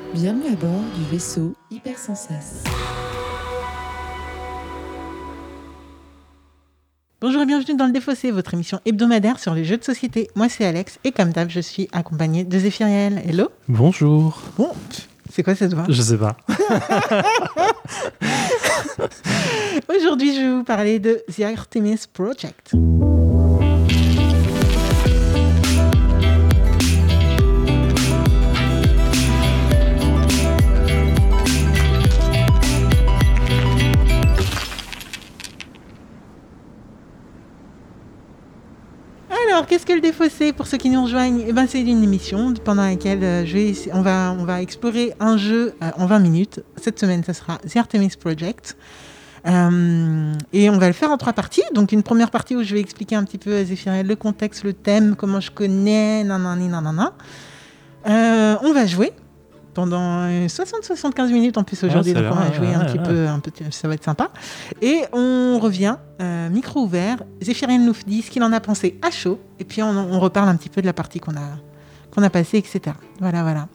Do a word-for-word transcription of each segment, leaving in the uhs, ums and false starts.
Bienvenue à bord du vaisseau Hypersensas. Bonjour et bienvenue dans Le Défaussé, votre émission hebdomadaire sur les jeux de société. Moi c'est Alex et comme d'hab je suis accompagnée de Zéphiriel. Hello. Bonjour. Bon, c'est quoi cette voix ? Je sais pas. Aujourd'hui je vais vous parler de The Artemis Project. Alors, qu'est-ce que Le Défaussé pour ceux qui nous rejoignent ? Eh ben, c'est une émission pendant laquelle euh, je vais, on, va, on va explorer un jeu euh, en vingt minutes. Cette semaine, ça sera The Artemis Project. Euh, et on va le faire en trois parties. Donc, une première partie où je vais expliquer un petit peu à Zéphiriel le contexte, le thème, comment je connais, nanani, nanana. Euh, on va jouer pendant soixante à soixante-quinze minutes en plus aujourd'hui, ah, donc on va jouer ouais, un, petit ouais. peu, un petit peu, ça va être sympa. Et on revient, euh, micro ouvert, Zéphiriel nous dit ce qu'il en a pensé à chaud, et puis on, on reparle un petit peu de la partie qu'on a, qu'on a passée, et cetera. Voilà, voilà.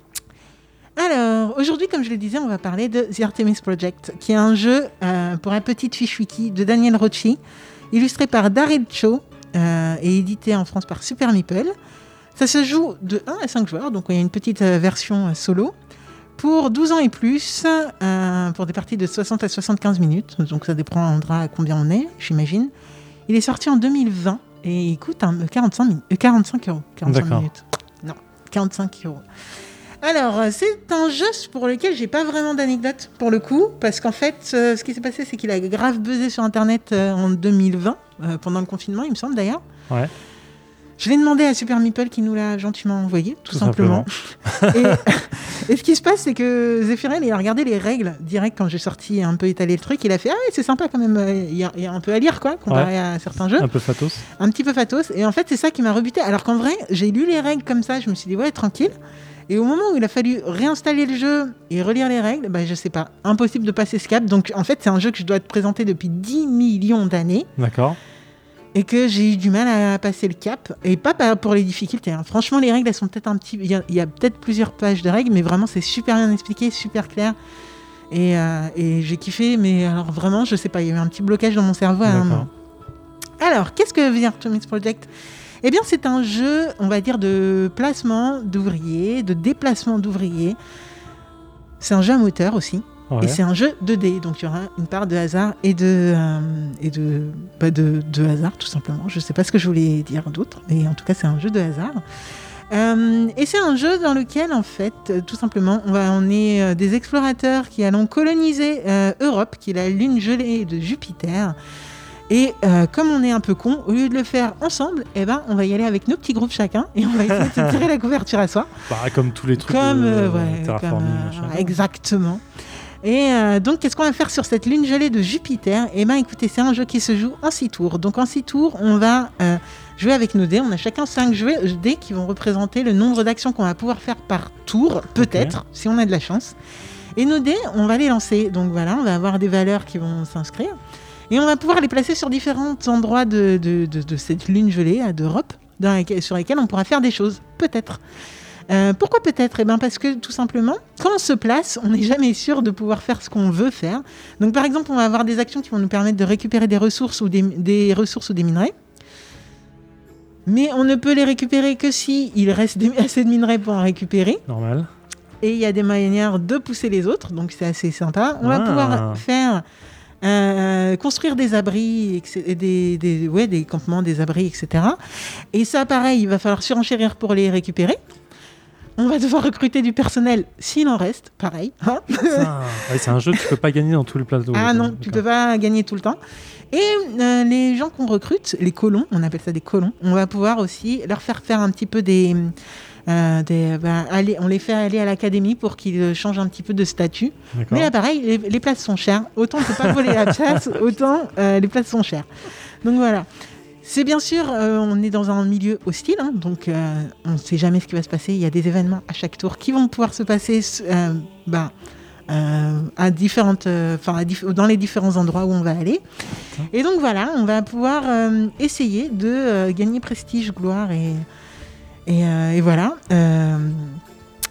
Alors, aujourd'hui, comme je le disais, on va parler de The Artemis Project, qui est un jeu euh, pour un petit fiche wiki de Daniel Rocci, illustré par Daryl Cho euh, et édité en France par Super Meeple. Ça se joue de un à cinq joueurs, donc il y a une petite euh, version euh, solo, pour douze ans et plus, euh, pour des parties de soixante à soixante-quinze minutes, donc ça dépendra à combien on est, j'imagine. Il est sorti en deux mille vingt et il coûte un, quarante-cinq, min- euh, quarante-cinq euros. quarante-cinq D'accord. minutes. Non, quarante-cinq euros. Alors, euh, c'est un jeu pour lequel j'ai pas vraiment d'anecdote pour le coup, parce qu'en fait, euh, ce qui s'est passé, c'est qu'il a grave buzzé sur Internet euh, en deux mille vingt, euh, pendant le confinement, il me semble d'ailleurs. Ouais. Je l'ai demandé à Super Meeple qui nous l'a gentiment envoyé, tout, tout simplement. simplement. et, et ce qui se passe, c'est que Zéphiriel, il a regardé les règles direct quand j'ai sorti un peu étalé le truc. Il a fait « Ah ouais, c'est sympa quand même, il y, a, il y a un peu à lire, quoi, comparé ouais. à certains jeux. » Un peu fatos. Un petit peu fatos. Et en fait, c'est ça qui m'a rebuté. Alors qu'en vrai, j'ai lu les règles comme ça, je me suis dit « Ouais, tranquille. » Et au moment où il a fallu réinstaller le jeu et relire les règles, bah, je sais pas, impossible de passer ce cap. Donc en fait, c'est un jeu que je dois te présenter depuis dix millions d'années. D'accord. Et que j'ai eu du mal à passer le cap, et pas pour les difficultés. Hein. Franchement, les règles, elles sont peut-être un petit... Il y a, il y a peut-être plusieurs pages de règles, mais vraiment, c'est super bien expliqué, super clair. Et, euh, et j'ai kiffé, mais alors vraiment, je sais pas, il y a eu un petit blocage dans mon cerveau à un moment. Alors, qu'est-ce que The Artemis Project ? Eh bien, c'est un jeu, on va dire, de placement d'ouvriers, de déplacement d'ouvriers. C'est un jeu à moteur aussi. Ouais. Et c'est un jeu deux D, donc il y aura une part de hasard et de, euh, et de, bah de, de hasard, tout simplement. Je ne sais pas ce que je voulais dire d'autre, mais en tout cas, c'est un jeu de hasard. Euh, et c'est un jeu dans lequel, en fait, euh, tout simplement, on, va, on est euh, des explorateurs qui allons coloniser euh, Europe, qui est la lune gelée de Jupiter. Et euh, comme on est un peu con, au lieu de le faire ensemble, eh ben, on va y aller avec nos petits groupes chacun et on va essayer de se tirer la couverture à soi. Bah, comme tous les trucs comme, de euh, ouais, terraforming. Comme, euh, exactement. Et euh, donc, qu'est-ce qu'on va faire sur cette lune gelée de Jupiter ? Eh bien, écoutez, c'est un jeu qui se joue en six tours. Donc, en six tours, on va euh, jouer avec nos dés. On a chacun cinq dés qui vont représenter le nombre d'actions qu'on va pouvoir faire par tour, peut-être, okay. si on a de la chance. Et nos dés, on va les lancer. Donc, voilà, on va avoir des valeurs qui vont s'inscrire. Et on va pouvoir les placer sur différents endroits de, de, de, de cette lune gelée d'Europe, dans laquelle, sur lesquels on pourra faire des choses, peut-être. Euh, pourquoi peut-être ? Eh bien parce que tout simplement, quand on se place, on n'est jamais sûr de pouvoir faire ce qu'on veut faire. Donc par exemple, on va avoir des actions qui vont nous permettre de récupérer des ressources ou des, des ressources ou des minerais. Mais on ne peut les récupérer que si il reste des, assez de minerais pour en récupérer. Normal. Et il y a des manières de pousser les autres, donc c'est assez sympa. On ah. va pouvoir faire euh, construire des abris, des, des, ouais, des campements, des abris, et cetera. Et ça, pareil, il va falloir surenchérir pour les récupérer. On va devoir recruter du personnel s'il en reste, pareil. Hein ça, ouais, c'est un jeu que tu ne peux pas gagner dans tous les plateaux. Ah non, tu ne peux pas gagner tout le temps. Et euh, les gens qu'on recrute, les colons, on appelle ça des colons, on va pouvoir aussi leur faire faire un petit peu des... Euh, des bah, aller, on les fait aller à l'académie pour qu'ils changent un petit peu de statut. D'accord. Mais là, pareil, les, les places sont chères. Autant on ne peut pas voler la place, autant euh, les places sont chères. Donc voilà. C'est bien sûr, euh, on est dans un milieu hostile, hein, donc euh, on ne sait jamais ce qui va se passer. Il y a des événements à chaque tour qui vont pouvoir se passer euh, bah, euh, à différentes, euh, à dif- dans les différents endroits où on va aller. Et donc voilà, on va pouvoir euh, essayer de euh, gagner prestige, gloire et, et, euh, et voilà. Euh,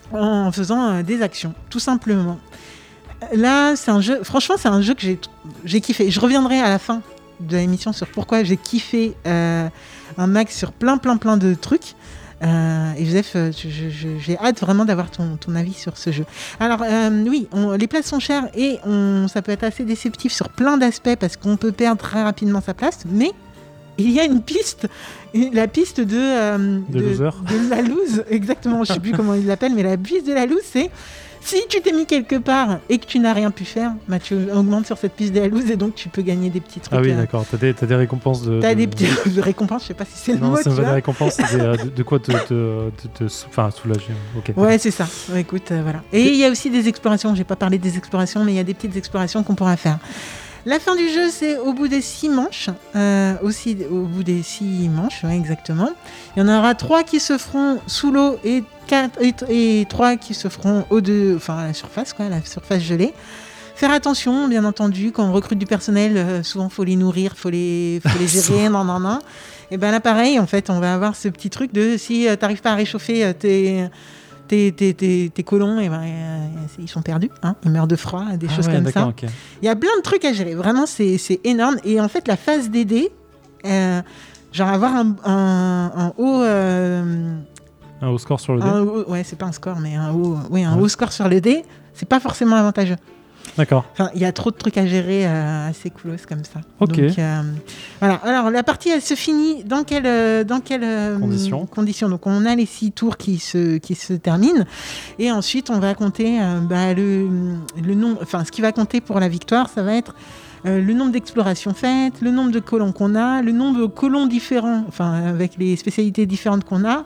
en faisant euh, des actions, tout simplement. Là, c'est un jeu, franchement, c'est un jeu que j'ai, j'ai kiffé. Je reviendrai à la fin de l'émission sur pourquoi j'ai kiffé euh, un max sur plein, plein, plein de trucs. Euh, et Joseph, je, je, je, j'ai hâte vraiment d'avoir ton, ton avis sur ce jeu. Alors, euh, oui, on, les places sont chères et on, ça peut être assez déceptif sur plein d'aspects parce qu'on peut perdre très rapidement sa place, mais il y a une piste, la piste de, euh, de, de, de la loose, exactement, je ne sais plus comment il l'appelle, mais la piste de la loose, c'est si tu t'es mis quelque part et que tu n'as rien pu faire, bah, tu augmentes sur cette piste de la loose et donc tu peux gagner des petits trucs. Ah oui, euh... d'accord, t'as des, t'as des récompenses de... T'as de... des petites récompenses, je sais pas si c'est le non, mot, c'est tu pas vois. des récompenses, c'est des, de, de quoi te, te, te, te, te enfin, soulager. Okay. Ouais, c'est ça. Ouais, écoute, euh, voilà. Et il y a aussi des explorations, j'ai pas parlé des explorations, mais il y a des petites explorations qu'on pourra faire. La fin du jeu, c'est au bout des six manches. Euh, aussi, au bout des six manches, ouais, exactement. Il y en aura trois qui se feront sous l'eau et quatre et, et trois qui se feront au-dessus, enfin à la surface, quoi, la surface gelée. Faire attention, bien entendu, quand on recrute du personnel, euh, souvent faut les nourrir, faut les, faut les gérer, non, non, non. Et ben là, pareil, en fait, on va avoir ce petit truc de si euh, t'arrives pas à réchauffer euh, tes Tes, tes, tes, tes colons, et ben, euh, ils sont perdus, hein, ils meurent de froid, des ah choses ouais, comme ça. Okay. Il y a plein de trucs à gérer, vraiment, c'est, c'est énorme. Et en fait, la phase D D, euh, genre avoir un, un, un haut... Euh, un haut score sur le dé haut, ouais, c'est pas un score, mais un haut, oui, un ouais. haut score sur le dé, c'est pas forcément avantageux. D'accord. Enfin, il y a trop de trucs à gérer euh, assez coolos comme ça. Ok. Donc, euh, voilà. Alors, la partie, elle se finit dans quelles euh, dans quelle, euh, conditions condition Donc, on a les six tours qui se, qui se terminent. Et ensuite, on va compter euh, bah, le, le nombre... Enfin, ce qui va compter pour la victoire, ça va être euh, le nombre d'explorations faites, le nombre de colons qu'on a, le nombre de colons différents, enfin, avec les spécialités différentes qu'on a,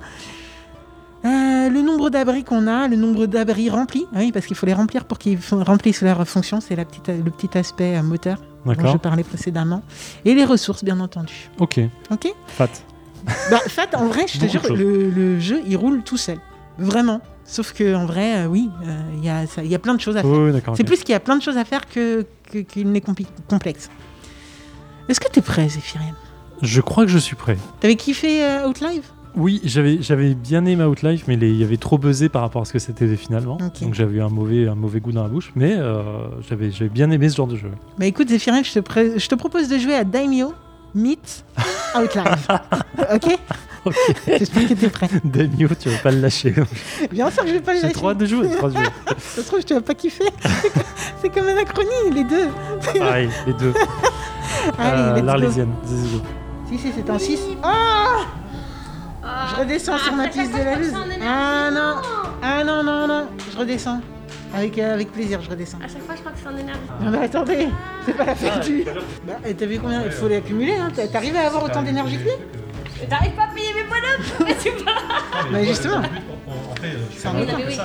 Euh, le nombre d'abris qu'on a, le nombre d'abris remplis, ah oui, parce qu'il faut les remplir pour qu'ils remplissent leur fonction, c'est la petite, le petit aspect euh, moteur D'accord. dont je parlais précédemment, et les ressources, bien entendu. Ok. Ok. Fat. Bah, Fat, en vrai, je te jure, le, le jeu, il roule tout seul, vraiment. Sauf que en vrai, euh, oui, il euh, y, y a plein de choses à faire. Oh, oui, d'accord, c'est okay. plus qu'il y a plein de choses à faire que, que, qu'il n'est compli- complexe. Est-ce que t'es prêt, Zéphirien ? Je crois que je suis prêt. T'avais kiffé euh, Outlive ? Oui, j'avais, j'avais bien aimé Outlive, mais il y avait trop buzzé par rapport à ce que c'était finalement. Okay. Donc j'avais eu un mauvais, un mauvais goût dans la bouche, mais euh, j'avais, j'avais bien aimé ce genre de jeu. Bah écoute, Zéphirien, je te, pré- je te propose de jouer à Daimyo meets Outlive. Ok ? Ok. J'espère que t'es prêt. Daimyo, tu vas pas le lâcher. Bien sûr que je vais pas le lâcher. J'ai trop hâte de jouer. Trop hâte de jouer. Ça se trouve, je te vas pas kiffer. C'est comme Anachronie, les deux. Pareil, les deux. Allez, euh, l'Arlésienne. Si, si, c'est en six. Oh Je redescends ah, sur ma piste de la loose. Ah non, ah non, non, non, je redescends. Avec, euh, avec plaisir, je redescends. À chaque fois, je crois que c'est en énergie. Non, mais attendez, c'est pas la fête du. Bah, t'as vu combien ? Il faut l'accumuler, hein. T'arrives à avoir autant d'énergie que lui ? Mais t'arrives pas à payer mes bonhommes. Mais tu vas. Bah, justement. En fait, je ça fais oui, oui. ça.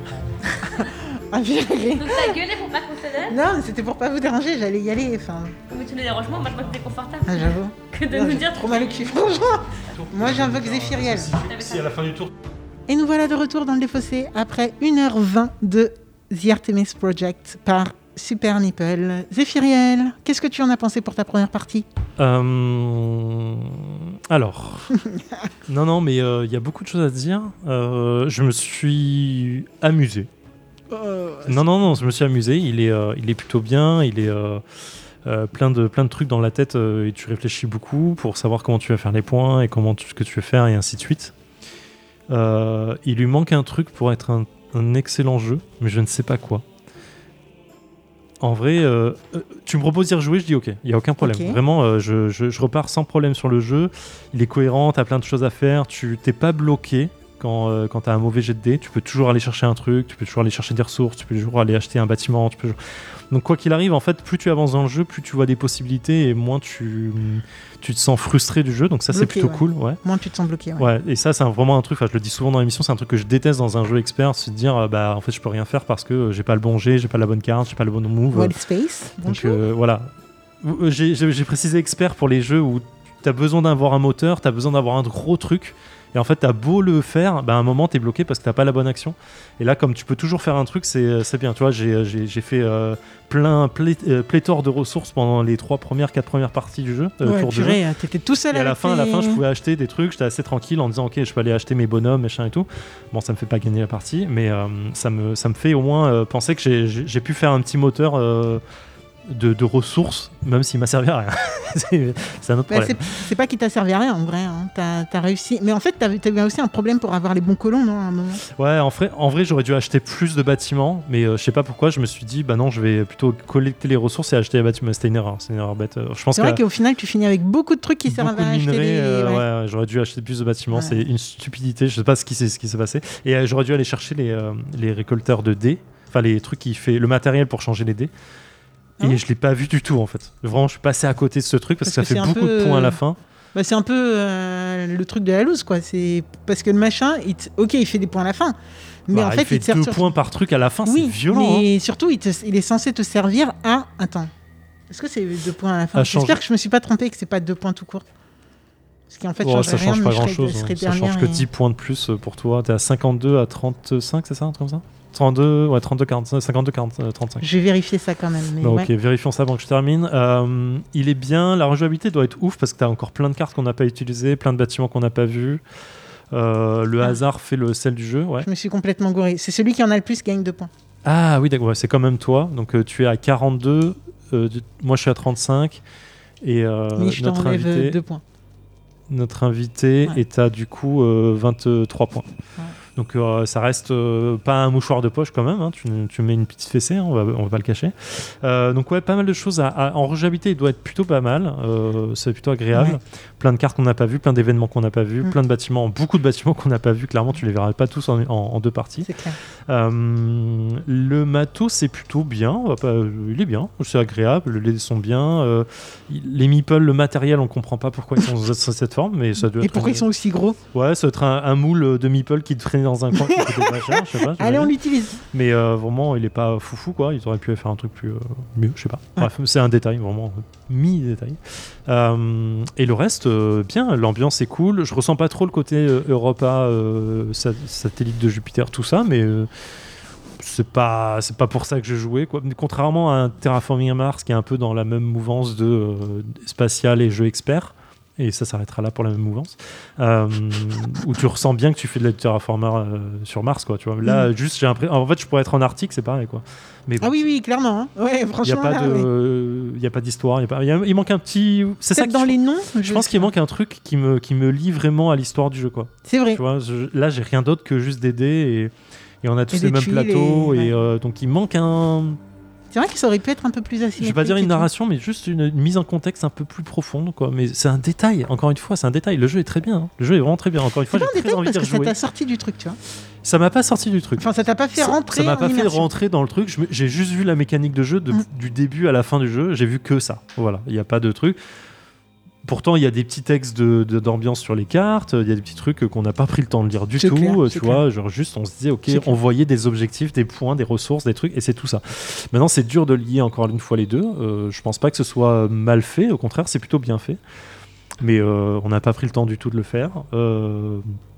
Ah, j'ai donc t'as gueulé pour pas qu'on te donne ? Non, mais c'était pour pas vous déranger, j'allais y aller. Enfin... Mais tu nous déranges moins, moi je me trouve confortable. Ah, j'avoue. Que de non, nous dire trop mal au cul, franchement. Moi j'invoque Zéphiriel. Si, si à la fin du tour. Et nous voilà de retour dans le défaussé après une heure vingt de The Artemis Project par Super Nipple. Zéphiriel, qu'est-ce que tu en as pensé pour ta première partie ? euh... Alors, non, non, mais il euh, y a beaucoup de choses à dire. Euh, je me suis amusé. Euh, non, non, non, je me suis amusé. Il est, euh, il est plutôt bien. Il est euh, euh, plein de, plein de trucs dans la tête euh, et tu réfléchis beaucoup pour savoir comment tu vas faire les points et comment tu, ce que tu veux faire et ainsi de suite. Euh, il lui manque un truc pour être un, un excellent jeu, mais je ne sais pas quoi. En vrai, euh, tu me proposes d'y rejouer, je dis ok, il n'y a aucun problème. Okay. Vraiment, euh, je, je, je repars sans problème sur le jeu. Il est cohérent, tu as plein de choses à faire, tu t'es pas bloqué quand, euh, quand tu as un mauvais jet de dés. Tu peux toujours aller chercher un truc, tu peux toujours aller chercher des ressources, tu peux toujours aller acheter un bâtiment. Tu peux... Donc quoi qu'il arrive, en fait, plus tu avances dans le jeu, plus tu vois des possibilités et moins tu, tu te sens frustré du jeu. Donc ça, bloqué, c'est plutôt ouais. cool. Ouais. Moins tu te sens bloqué. Ouais. ouais et ça, c'est un, vraiment un truc, je le dis souvent dans l'émission, c'est un truc que je déteste dans un jeu expert, c'est de dire, euh, bah, en fait, je peux rien faire parce que j'ai pas le bon jet, j'ai pas la bonne carte, j'ai pas le bon move. Wild Space. Donc euh, voilà. J'ai, j'ai, j'ai précisé expert pour les jeux où t'as besoin d'avoir un moteur, t'as besoin d'avoir un gros truc. Et en fait, t'as beau le faire, bah, à un moment, t'es bloqué parce que t'as pas la bonne action. Et là, comme tu peux toujours faire un truc, c'est, c'est bien. Tu vois, j'ai, j'ai, j'ai fait euh, plein, plé, euh, pléthore de ressources pendant les trois premières, quatre premières parties du jeu. Euh, Ouais, tour de purée, jeu. t'étais tout seul Et à avec la fin, à tes- la fin, je pouvais acheter des trucs. J'étais assez tranquille en disant, ok, je peux aller acheter mes bonhommes, machin et tout. Bon, ça me fait pas gagner la partie, mais euh, ça me, ça me fait au moins euh, penser que j'ai, j'ai, j'ai pu faire un petit moteur. Euh, De, de ressources, même s'il m'a servi à rien. c'est, c'est un autre Bah, problème. c'est, c'est pas qu'il t'a servi à rien en vrai. Hein. T'as, t'as réussi. Mais en fait, t'avais, t'avais aussi un problème pour avoir les bons colons, non, à un moment. Ouais, en vrai, en vrai, j'aurais dû acheter plus de bâtiments, mais euh, je sais pas pourquoi. Je me suis dit, bah non, je vais plutôt collecter les ressources et acheter les bâtiments. C'était une erreur, c'est une erreur bête. Euh, Je pense C'est vrai que qu'au final, tu finis avec beaucoup de trucs qui servent beaucoup à de acheter minerais, des. euh, ouais. ouais, ouais, j'aurais dû acheter plus de bâtiments. Ouais. C'est une stupidité. Je sais pas ce qui s'est, ce qui s'est passé. Et euh, j'aurais dû aller chercher les, euh, les récolteurs de dés, enfin les trucs qui fait le matériel pour changer les dés. Et Ah. je l'ai pas vu du tout en fait. Vraiment, je suis passé à côté de ce truc parce, Parce que ça que fait c'est un beaucoup peu, de points à la euh, fin. Bah, c'est un peu euh, le truc de la loose, quoi. C'est parce que le machin, il te- ok, il fait des points à la fin, mais Bah, en fait, il fait te sert deux sur- points par truc à la fin, Oui, c'est violent. hein. mais surtout, il, te- il est censé te servir à. Attends, est-ce que c'est deux points à la fin À J'espère changer. que je me suis pas trompé, que c'est pas deux points tout court. Parce qu'en fait, Oh, changerait ça rien, change mais pas je serais- grand chose. je serais Ça change dernière que et- dix points de plus pour toi. T'es à cinquante-deux à trente-cinq, c'est ça, un truc comme ça trente-deux, ouais, trente-deux, quarante-cinq, cinquante-deux, quarante, trente-cinq. Je vais vérifier ça quand même. Mais Bah, ouais. ok, vérifions ça avant que je termine. Euh, il est bien, la rejouabilité doit être ouf parce que t'as encore plein de cartes qu'on n'a pas utilisées, plein de bâtiments qu'on n'a pas vus. Euh, le Ah. hasard fait le sel du jeu, ouais. Je me suis complètement gouré. C'est celui qui en a le plus gagne deux points. Ah oui, d'accord, ouais, c'est quand même toi. Donc euh, tu es à quarante-deux, euh, de- moi je suis à trente-cinq. Et euh, mais je notre, t'enlève invité, deux points. notre invité Ouais. est à du coup euh, vingt-trois points. Ouais. Donc euh, ça reste euh, pas un mouchoir de poche quand même, hein. tu, tu mets une petite fessée, hein, on, va, on va pas le cacher. Euh, donc ouais, pas mal de choses. À, à- en rejouabilité, il doit être plutôt pas mal, euh, c'est plutôt agréable. Ouais. Plein de cartes qu'on n'a pas vues, plein d'événements qu'on n'a pas vus, Mm. plein de bâtiments, beaucoup de bâtiments qu'on n'a pas vus. Clairement, tu les verras pas tous en, en- en deux parties. C'est clair. Euh, le matos, c'est plutôt bien. On va pas, il est bien, c'est agréable. Les dés sont bien. Euh, il- les meeples, le matériel, on comprend pas pourquoi ils sont dans cette forme, mais ça doit Et être. pourquoi une- ils sont aussi gros Ouais, ça doit être un, un moule de meeple qui traînait dans un coin qui coûtait pas cher, je sais pas. Allez, on j'imagine. l'utilise. Mais euh, vraiment, il est pas foufou, quoi. Ils auraient pu faire un truc plus euh, mieux, je sais pas. Bref, c'est un détail, vraiment euh, mi-détail. Euh, et le reste, euh, bien. L'ambiance est cool. Je ressens pas trop le côté euh, Europa, euh, sa- satellite de Jupiter, tout ça, mais euh, c'est pas c'est pas pour ça que j'ai joué, quoi. Mais contrairement à un Terraforming Mars qui est un peu dans la même mouvance de euh, spatial et jeu expert. Et ça s'arrêtera là pour la même mouvance, euh, où tu ressens bien que tu fais de la terraformer euh, sur Mars, quoi. Tu vois. Là, Mm. juste, j'ai l'impression. En fait, je pourrais être en Arctique, c'est pareil, quoi. Mais Ah bon, oui, oui, clairement. Hein. Ouais, il y a franchement, pas là, de, ouais. euh, il y a pas d'histoire. Il y a pas- il y a- il manque un petit. C'est ça Peut-être que dans je, les noms. je pense qu'il manque un truc qui me qui me lie vraiment à l'histoire du jeu, quoi. C'est vrai. Tu vois, je- là, j'ai rien d'autre que juste des dés et, et on a tous Et les des mêmes tuiles plateaux et- et, ouais. euh, donc il manque un. C'est vrai que ça aurait pu être un peu plus asymétrique. Je vais pas dire et une tout. narration, mais juste une, une mise en contexte un peu plus profonde, quoi. Mais c'est un détail. Encore une fois, c'est un détail. Le jeu est très bien. hein. Le jeu est vraiment très bien. Encore une C'est fois, pas j'ai un très détail envie parce d'y que ça rejouer. t'a sorti du truc, tu vois. Ça m'a pas sorti du truc. Enfin, ça t'a pas fait Ça- rentrer. Ça m'a en pas fait immersion. rentrer dans le truc. Je me- J'ai juste vu la mécanique de jeu de- Mm. du début à la fin du jeu. J'ai vu que ça. Voilà. Il n'y a pas de truc. Pourtant, il y a des petits textes de- de- d'ambiance sur les cartes. Il y a des petits trucs qu'on n'a pas pris le temps de lire du C'est tout. clair, euh, c'est tu vois, genre juste, on se disait, ok, C'est clair. on voyait des objectifs, des points, des ressources, des trucs, et c'est tout ça. Maintenant, c'est dur de lier encore une fois les deux. Euh, je pense pas que ce soit mal fait. Au contraire, c'est plutôt bien fait. Mais euh, on n'a pas pris le temps du tout de le faire. Euh,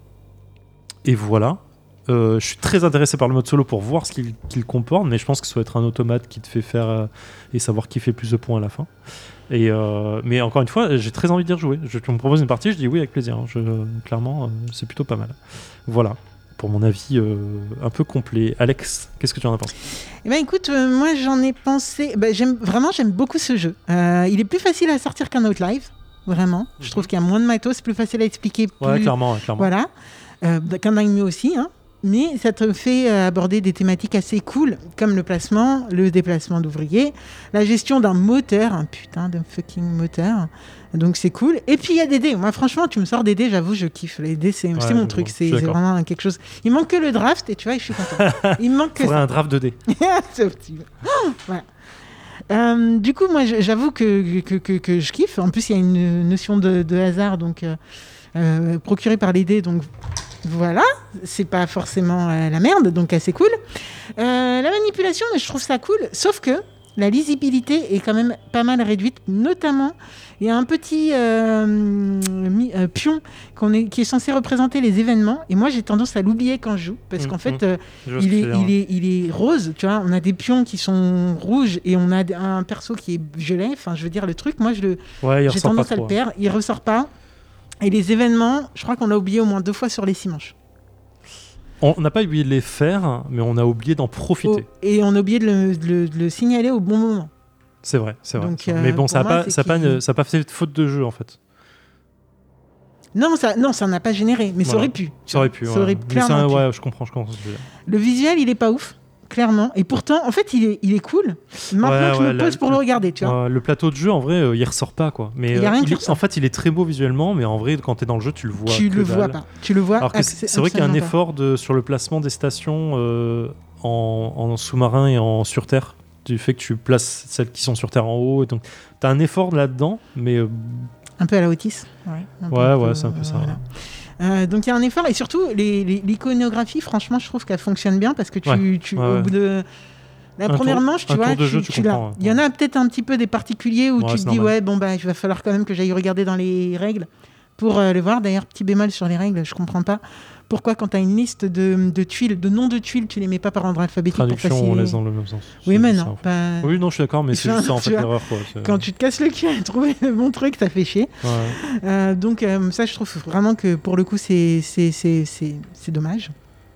Et voilà. Euh, je suis très intéressé par le mode solo pour voir ce qu'il qu'il comporte, mais je pense que ça doit être un automate qui te fait faire euh, et savoir qui fait plus de points à la fin. Et euh, mais encore une fois, j'ai très envie d'y rejouer. Je, tu me proposes une partie, je dis oui avec plaisir. hein. Je, clairement, euh, c'est plutôt pas mal. Voilà, pour mon avis euh, un peu complet. Alex, qu'est-ce que tu en as pensé? Eh ben écoute, euh, moi j'en ai pensé. Ben, j'aime vraiment, j'aime beaucoup ce jeu. Euh, il est plus facile à sortir qu'un Outlive, vraiment. Je trouve qu'il y a moins de matos, c'est plus facile à expliquer. Plus... Ouais, clairement, ouais, clairement. Voilà. Euh, qu'un Daimyo aussi, hein. Mais ça te fait euh, aborder des thématiques assez cool, comme le placement, le déplacement d'ouvriers, la gestion d'un moteur, un putain de fucking moteur. Donc c'est cool. Et puis il y a des dés. Moi franchement, tu me sors des dés, j'avoue, je kiffe. Les dés, c'est Ouais, c'est mon je truc. vois. Je C'est suis c'est d'accord. vraiment quelque chose. Il manque que le draft, et tu vois, je suis content. Il manque que Faudrait ça. un draft de dés. C'est optimal. Oh, voilà. Euh, du coup, moi, j'avoue que, que, que, que je kiffe. En plus, il y a une notion de, de hasard, donc euh, euh, procurée par les dés, donc voilà, c'est pas forcément euh, la merde, donc assez cool. Euh, la manipulation, je trouve ça cool, sauf que la lisibilité est quand même pas mal réduite, notamment il y a un petit euh, mi- euh, pion qu'on est, qui est censé représenter les événements, et moi j'ai tendance à l'oublier quand je joue, parce Mmh, qu'en fait mmh. euh, Je vois ce il, que est, tu veux dire, il, ouais. est, il est rose, tu vois, on a des pions qui sont rouges et on a d- un perso qui est violet, enfin je veux dire le truc, moi je le, Ouais, il j'ai ressort pas tendance à trop. le perdre, il ressort pas, et les événements, je crois qu'on l'a oublié au moins deux fois sur les six manches. On n'a pas oublié de les faire, mais on a oublié d'en Oh, profiter. et on a oublié de le, de le- de le signaler au bon moment. C'est vrai, c'est vrai. Donc, c'est vrai. euh, mais bon, pour ça n'a moi, pas, c'est ça a pas, qu'il- une- ça a pas fait de faute de jeu en fait. Non, ça, non, ça n'a pas généré, mais ça Voilà. aurait pu. Ça aurait pu. Ça ouais. aurait Mais clairement ça, pu. ouais, je comprends, je comprends ce que tu veux dire. Le visuel, il est pas ouf, clairement. Et pourtant, en fait, il est, il est cool. Maintenant Ouais, que je ouais, me la- pose pour le regarder, tu vois. Ouais, le plateau de jeu, en vrai, euh, il ressort pas quoi. Mais Il y a euh, rien qui est- ressort. en fait, il est très beau visuellement, mais en vrai, quand t'es dans le jeu, tu le vois. tu que le vois dalle. pas. Tu le vois. Alors que accès- c'est c'est vrai qu'il y a un absolument effort de, sur le placement des stations euh, en, en sous-marin et en sur terre. Du fait que tu places celles qui sont sur terre en haut. Et donc, t'as un effort là-dedans, mais euh, pas. Un peu à la Otis. Ouais, un peu, ouais, un ouais, peu, c'est un peu ça. voilà. Euh, donc il y a un effort, et surtout les- les- l'iconographie, franchement, je trouve qu'elle fonctionne bien parce que tu, Ouais, tu ouais, au ouais. bout de la Un première tour- manche, tu un vois, tour de tu, jeu, tu tu l'as. comprends, ouais. Il y en a peut-être un petit peu des particuliers où Ouais, tu te c'est dis normal. ouais, bon bah, il va falloir quand même que j'aille regarder dans les règles pour euh, le voir. D'ailleurs, petit bémol sur les règles, je comprends pas pourquoi quand tu as une liste de, de tuiles, de noms de tuiles, tu les mets pas par ordre alphabétique pour Traduction, on faciliter. laisse dans le même sens. Oui, C'est mais juste non. ça, en fait. pas- Oui, non, je suis d'accord, mais c'est Enfin, juste ça en tu fait vois, l'erreur. quoi. C'est- Quand tu te casses le cul à trouver le bon truc, ça fait chier. Ouais. Euh, donc euh, ça, je trouve vraiment que pour le coup, c'est c'est- c'est- c'est- c'est dommage.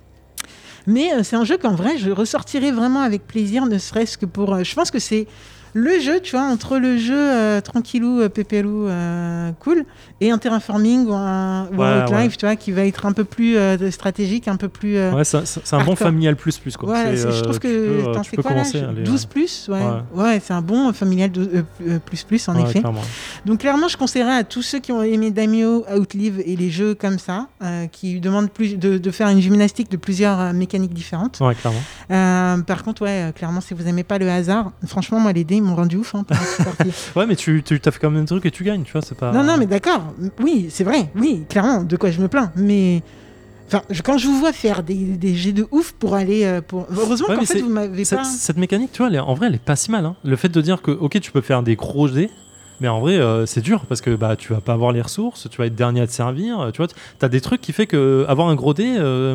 Mais euh, c'est un jeu qu'en vrai, je ressortirai vraiment avec plaisir, ne serait-ce que pour... euh, je pense que c'est le jeu, tu vois, entre le jeu euh, tranquillou, euh, pépélou, euh, cool, et un terraforming ou un, ou un Ouais, Outlive, ouais. tu vois, qui va être un peu plus euh, stratégique, un peu plus... euh, Ouais, c'est c'est- c'est un bon hardcore. familial plus plus quoi. Voilà, C'est, c'est- je euh, trouve tu que peux, euh, attends, tu c'est peux quoi commencer. l'âge à aller, douze plus, ouais. Ouais. Ouais, c'est un bon familial douze, euh, euh, plus plus en ouais, effet. clairement. Donc clairement, je conseillerais à tous ceux qui ont aimé Daimyo, Outlive et les jeux comme ça, euh, qui demandent plus de, de faire une gymnastique de plusieurs euh, mécaniques différentes. Ouais, clairement. Euh, par contre, ouais, euh, clairement, si vous aimez pas le hasard, franchement, moi les dés ils m'ont rendu ouf hein, pendant cette partie. Ouais, mais tu, tu as fait quand même un truc et tu gagnes, tu vois, c'est pas. Non, non, mais d'accord. Oui, c'est vrai. Oui, clairement. De quoi je me plains. Mais enfin, je- quand je vous vois faire des, des jets de ouf pour aller, euh, pour... heureusement Ouais, qu'en mais fait c'est- vous m'avez Cette, pas. cette mécanique, tu vois, elle est- en vrai, elle est pas si mal. Hein. Le fait de dire que, ok, tu peux faire des gros dés, mais en vrai, euh, c'est dur parce que bah, tu vas pas avoir les ressources, tu vas être dernier à te servir. euh, Tu vois, tu as des trucs qui fait que avoir un gros dé, euh,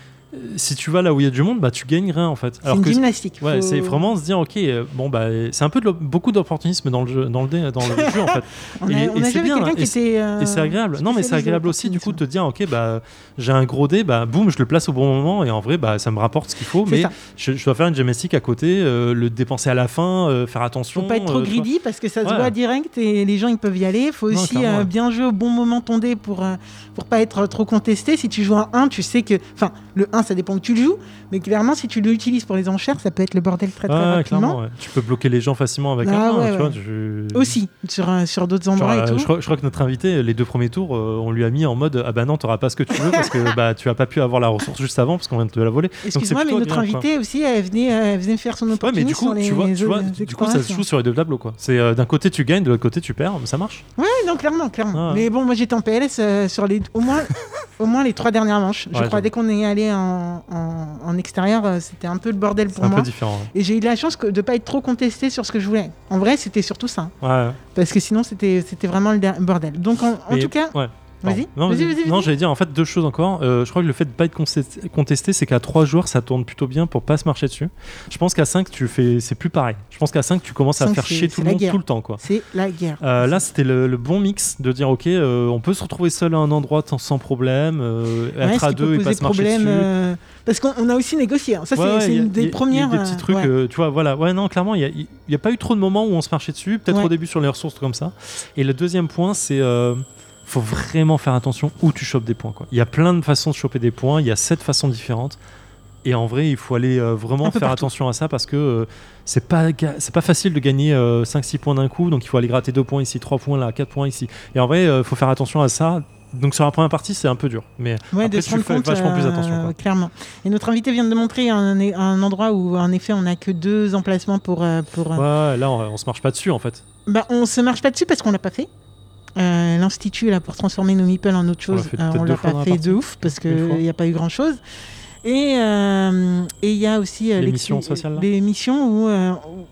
si tu vas là où il y a du monde, bah, tu gagnes rien en fait. C'est une que gymnastique. ouais, faut- c'est vraiment se dire, ok, euh, bon bah, c'est un peu de l'op- beaucoup d'opportunisme dans le jeu, dans le dé, dans le jeu en fait. On a, et- on et a c'est jamais bien, quelqu'un hein, qui et c'est- était. euh, Et c'est agréable. Non, mais c'est spécialisé agréable au aussi, du coup, de te opportunisme. dire, ok, bah, j'ai un gros dé, bah, boum, je le place au bon moment, et en vrai, bah, ça me rapporte ce qu'il faut, C'est mais ça. je, je dois faire une gymnastique à côté, euh, le dépenser à la fin, euh, faire attention. Faut pas être trop euh, tu vois. greedy parce que ça se Ouais. voit direct et les gens ils peuvent y aller. Faut Non, aussi clairement, euh, ouais. bien jouer au bon moment ton dé pour euh, pour pas être trop contesté. Si tu joues un un, tu sais que, enfin, le un ça dépend que tu le joues, mais clairement si tu l'utilises pour les enchères, ça peut être le bordel très très Ouais, rapidement. clairement, ouais. Tu peux bloquer les gens facilement avec Ah, un ouais, un, tu vois. ouais. tu- Aussi sur euh, sur d'autres Genre, endroits euh, et tout. je, crois, je crois que notre invité, les deux premiers tours, euh, on lui a mis en mode ah bah non, t'auras pas ce que tu veux parce que bah tu as pas pu avoir la ressource juste avant parce qu'on vient de te la voler. Donc, c'est Excuse-moi, mais plutôt notre agréable, quoi. invité aussi, elle venait, euh, elle venait faire son Ouais, opportunité mais du coup, sur les, tu vois, les tu vois, autres du coup, ça se explorations. joue sur les deux tableaux, quoi. C'est euh, d'un côté tu gagnes, de l'autre côté tu perds, mais ça marche. Ouais, non, clairement, clairement. Ah ouais. Mais bon, moi j'étais en P L S euh, sur les, au moins, au moins les trois dernières manches. Je Ouais, crois j'avoue. dès qu'on est allé en, en, en extérieur, euh, c'était un peu le bordel C'est pour un moi. peu différent. Et j'ai eu de la chance que, de pas être trop contesté sur ce que je voulais. En vrai, c'était surtout ça, Ouais. ouais. parce que sinon c'était, c'était vraiment le der- bordel. Donc en, en Mais- tout cas, ouais. vas-y, Non, vas-y, vas-y. vas-y, Non, vas-y. j'allais dire en fait deux choses encore. Euh, je crois que le fait de pas être contesté, contesté, c'est qu'à trois joueurs ça tourne plutôt bien pour pas se marcher dessus. Je pense qu'à cinq tu fais, c'est plus pareil. Je pense qu'à cinq tu commences à cinq, faire c'est- chier c'est tout le la monde guerre. tout le temps, quoi. C'est la guerre. Euh, là, c'était le, le bon mix de dire ok, euh, on peut se retrouver seul à un endroit t- sans problème, euh, Ouais, être ce à qui peut deux et pas poser se marcher problème, dessus. euh, parce qu'on on a aussi négocié. hein. Ça, Ouais, c'est, ouais, c'est y a- une des y a- y a premières. des petits euh, trucs, ouais. euh, tu vois, voilà. Ouais, non, clairement, il n'y a, a pas eu trop de moments où on se marchait dessus, peut-être Ouais. au début sur les ressources comme ça. Et le deuxième point, c'est euh, faut vraiment faire attention où tu chopes des points, quoi. Il y a plein de façons de choper des points, il y a sept façons différentes. Et en vrai, il faut aller euh, vraiment Un peu faire partout. attention à ça parce que euh, c'est pas ga- c'est pas facile de gagner euh, cinq six points d'un coup, donc il faut aller gratter deux points ici, trois points là, quatre points ici. Et en vrai, il faut faire attention à ça. Donc sur la première partie, c'est un peu dur, mais Ouais, après, de se tu rendre fais compte, vachement plus euh, attention, quoi. clairement. Et notre invité vient de montrer un, un endroit où, en effet, on n'a que deux emplacements pour. euh, pour euh, Ouais, là, on, on se marche pas dessus en fait. Bah, on se marche pas dessus parce qu'on l'a pas fait. Euh, L'institut là pour transformer nos meeples en autre On l'a chose, fait euh, peut-être on deux l'a fois pas dans la fait partie. de ouf parce Une fois. qu'il n'y a pas eu grand chose. Et euh, et il y a aussi euh, Les l'ex- missions sociales, là les missions où, euh, où pr-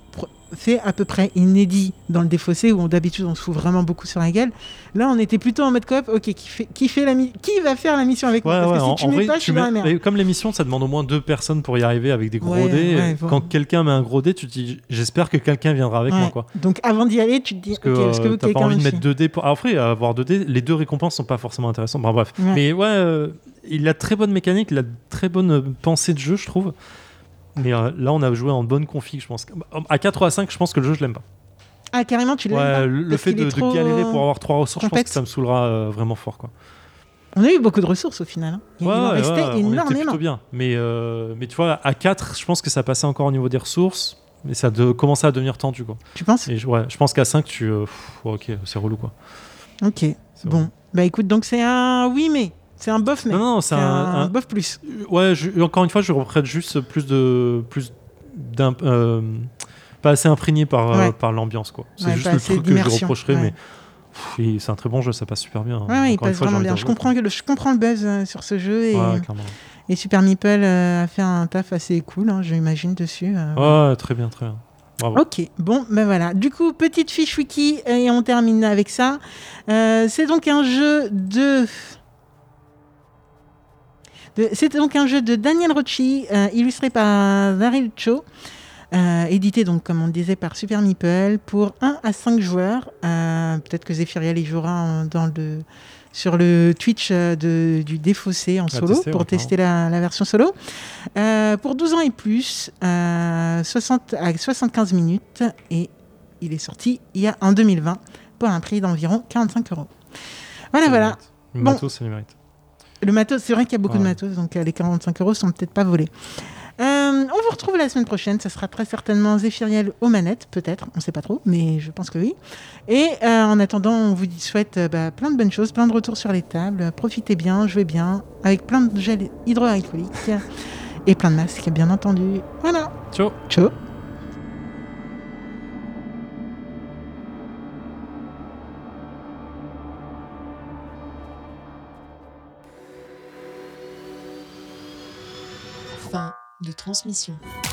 fait à peu près inédit dans le Défaussé, où on, d'habitude on se fout vraiment beaucoup sur la gueule. Là, on était plutôt en mode coop. Ok, qui, fait, qui, fait la mi- qui va faire la mission avec Ouais, moi? Parce ouais, que en, si tu en mets vrai, pas, je tu suis dans la mets- merde. et comme l'émission, ça demande au moins deux personnes pour y arriver avec des gros Ouais, dés. ouais, Quand voilà. quelqu'un met un gros dé, tu te dis j'espère que quelqu'un viendra avec Ouais. moi, quoi. Donc avant d'y aller, tu te dis Parce que ok, est-ce que euh, t'as quelqu'un pas envie de me mettre suit? deux dés pour. Alors après, avoir deux dés, les deux récompenses sont pas forcément intéressantes. Enfin, bref. Ouais. Mais ouais, euh, il a très bonne mécanique, il a très bonne euh, pensée de jeu, je trouve. Mais euh, là, on a joué en bonne config, je pense. À quatre ou à cinq, je pense que le jeu, je l'aime pas. Ah, carrément, tu l'aimes Ouais, pas le Parce fait qu'il est de, de trop galérer pour avoir trois ressources, je pense complexe. que ça me saoulera euh, vraiment fort, quoi. On a eu beaucoup de ressources au final. Hein. Il Ouais, il en ouais, restait ouais, on était énormément. plutôt bien. Mais, euh, mais tu vois, à quatre, je pense que ça passait encore au niveau des ressources. Mais ça de, commençait à devenir tendu, quoi. Tu penses? Et je, ouais, je pense qu'à cinq, tu. euh, pff, ouais, ok, c'est relou, quoi. Ok. C'est Bon, relou. bah écoute, donc c'est un oui, mais c'est un bof, mais Non, non, c'est c'est un, un, un- bof plus. Ouais, je- encore une fois, je reprête juste plus de. Plus d'un. euh, pas assez imprégné par, euh, Ouais. par l'ambiance, quoi. C'est Ouais, juste pas le assez truc que je lui d'immersion, reprocherais, ouais. mais. pff, il- c'est un très bon jeu, ça passe super bien. Ouais, ouais, il Encore une passe fois, j'ai vraiment envie bien. de Je rejouer, comprends, que le, je comprends le buzz euh, sur ce jeu et, quoi. Ouais, clairement. et Super Meeple euh, a fait un taf assez cool, hein, je m'imagine, dessus. euh, voilà. Ouais, très bien, très bien. Bravo. Ok, bon, ben voilà. Du coup, petite fiche wiki et on termine avec ça. Euh, c'est donc un jeu de... de- C'est donc un jeu de Daniel Rocci, euh, illustré par Daryl Cho, euh, édité donc, comme on le disait, par Super Meeple pour un à cinq joueurs. Euh, peut-être que Zéphiriel y jouera en- dans le, sur le Twitch euh, de, du Défaussé en À solo, tester, pour ouais, tester la, la version solo. Euh, pour douze ans et plus, euh, soixante à soixante-quinze minutes, et il est sorti il y a en deux mille vingt pour un prix d'environ quarante-cinq euros. Voilà, Ça le voilà. mérite. Le Bon. matos, ça le mérite. Le matos, c'est vrai qu'il y a beaucoup de Ouais. matos, donc euh, les quarante-cinq euros sont peut-être pas volés. Euh, on vous retrouve la semaine prochaine. Ça sera très certainement Zéphiriel aux manettes, peut-être. On ne sait pas trop, mais je pense que oui. Et euh, en attendant, on vous dit- souhaite euh, bah, plein de bonnes choses, plein de retours sur les tables. Profitez bien, jouez bien, avec plein de gel hydroalcoolique et plein de masques, bien entendu. Voilà. Ciao. Ciao. Fin de transmission.